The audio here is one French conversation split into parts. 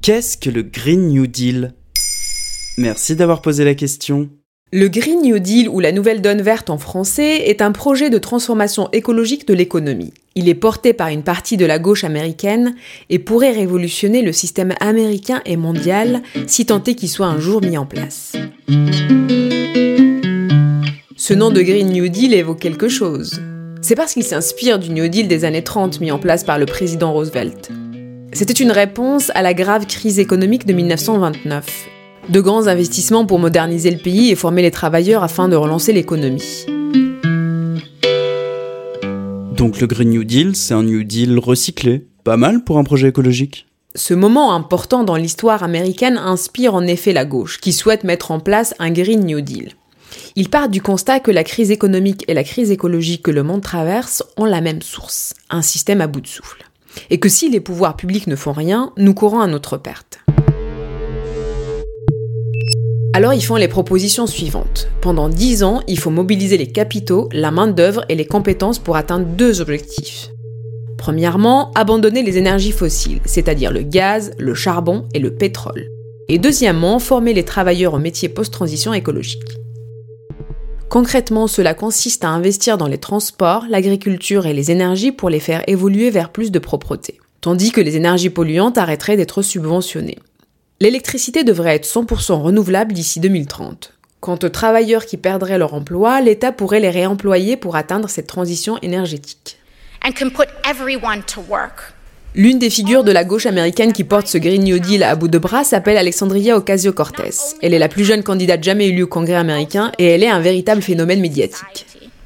Qu'est-ce que le Green New Deal ? Merci d'avoir posé la question. Le Green New Deal, ou la Nouvelle Donne Verte en français, est un projet de transformation écologique de l'économie. Il est porté par une partie de la gauche américaine et pourrait révolutionner le système américain et mondial, si tant est qu'il soit un jour mis en place. Ce nom de Green New Deal évoque quelque chose. C'est parce qu'il s'inspire du New Deal des années 30 mis en place par le président Roosevelt. C'était une réponse à la grave crise économique de 1929. De grands investissements pour moderniser le pays et former les travailleurs afin de relancer l'économie. Donc le Green New Deal, c'est un New Deal recyclé. Pas mal pour un projet écologique. Ce moment important dans l'histoire américaine inspire en effet la gauche, qui souhaite mettre en place un Green New Deal. Il part du constat que la crise économique et la crise écologique que le monde traverse ont la même source, un système à bout de souffle. Et que si les pouvoirs publics ne font rien, nous courons à notre perte. Alors ils font les propositions suivantes. Pendant 10 ans, il faut mobiliser les capitaux, la main-d'œuvre et les compétences pour atteindre 2 objectifs. Premièrement, abandonner les énergies fossiles, c'est-à-dire le gaz, le charbon et le pétrole. Et deuxièmement, former les travailleurs aux métiers post-transition écologique. Concrètement, cela consiste à investir dans les transports, l'agriculture et les énergies pour les faire évoluer vers plus de propreté, tandis que les énergies polluantes arrêteraient d'être subventionnées. L'électricité devrait être 100% renouvelable d'ici 2030. Quant aux travailleurs qui perdraient leur emploi, l'État pourrait les réemployer pour atteindre cette transition énergétique. L'une des figures de la gauche américaine qui porte ce Green New Deal à bout de bras s'appelle Alexandria Ocasio-Cortez. Elle est la plus jeune candidate jamais élue au Congrès américain et elle est un véritable phénomène médiatique.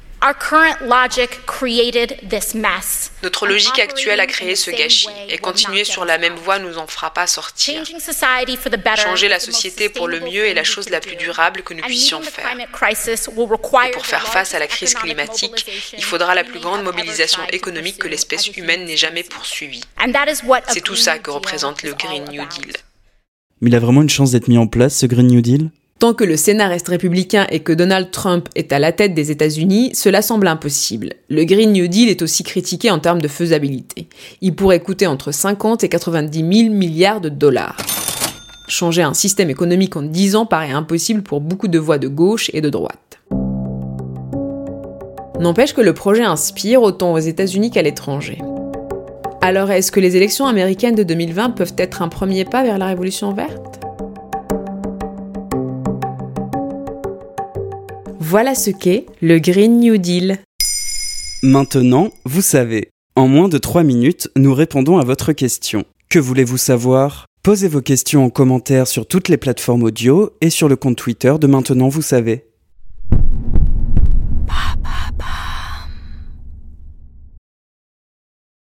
Notre logique actuelle a créé ce gâchis, et continuer sur la même voie nous en fera pas sortir. Changer la société pour le mieux est la chose la plus durable que nous puissions faire. Et pour faire face à la crise climatique, il faudra la plus grande mobilisation économique que l'espèce humaine n'ait jamais poursuivie. C'est tout ça que représente le Green New Deal. Mais il a vraiment une chance d'être mis en place, ce Green New Deal ? Tant que le Sénat reste républicain et que Donald Trump est à la tête des États-Unis, cela semble impossible. Le Green New Deal est aussi critiqué en termes de faisabilité. Il pourrait coûter entre 50 et 90 000 milliards de dollars. Changer un système économique en 10 ans paraît impossible pour beaucoup de voix de gauche et de droite. N'empêche que le projet inspire autant aux États-Unis qu'à l'étranger. Alors est-ce que les élections américaines de 2020 peuvent être un premier pas vers la révolution verte ? Voilà ce qu'est le Green New Deal. Maintenant, vous savez. En moins de 3 minutes, nous répondons à votre question. Que voulez-vous savoir ? Posez vos questions en commentaire sur toutes les plateformes audio et sur le compte Twitter de Maintenant, vous savez.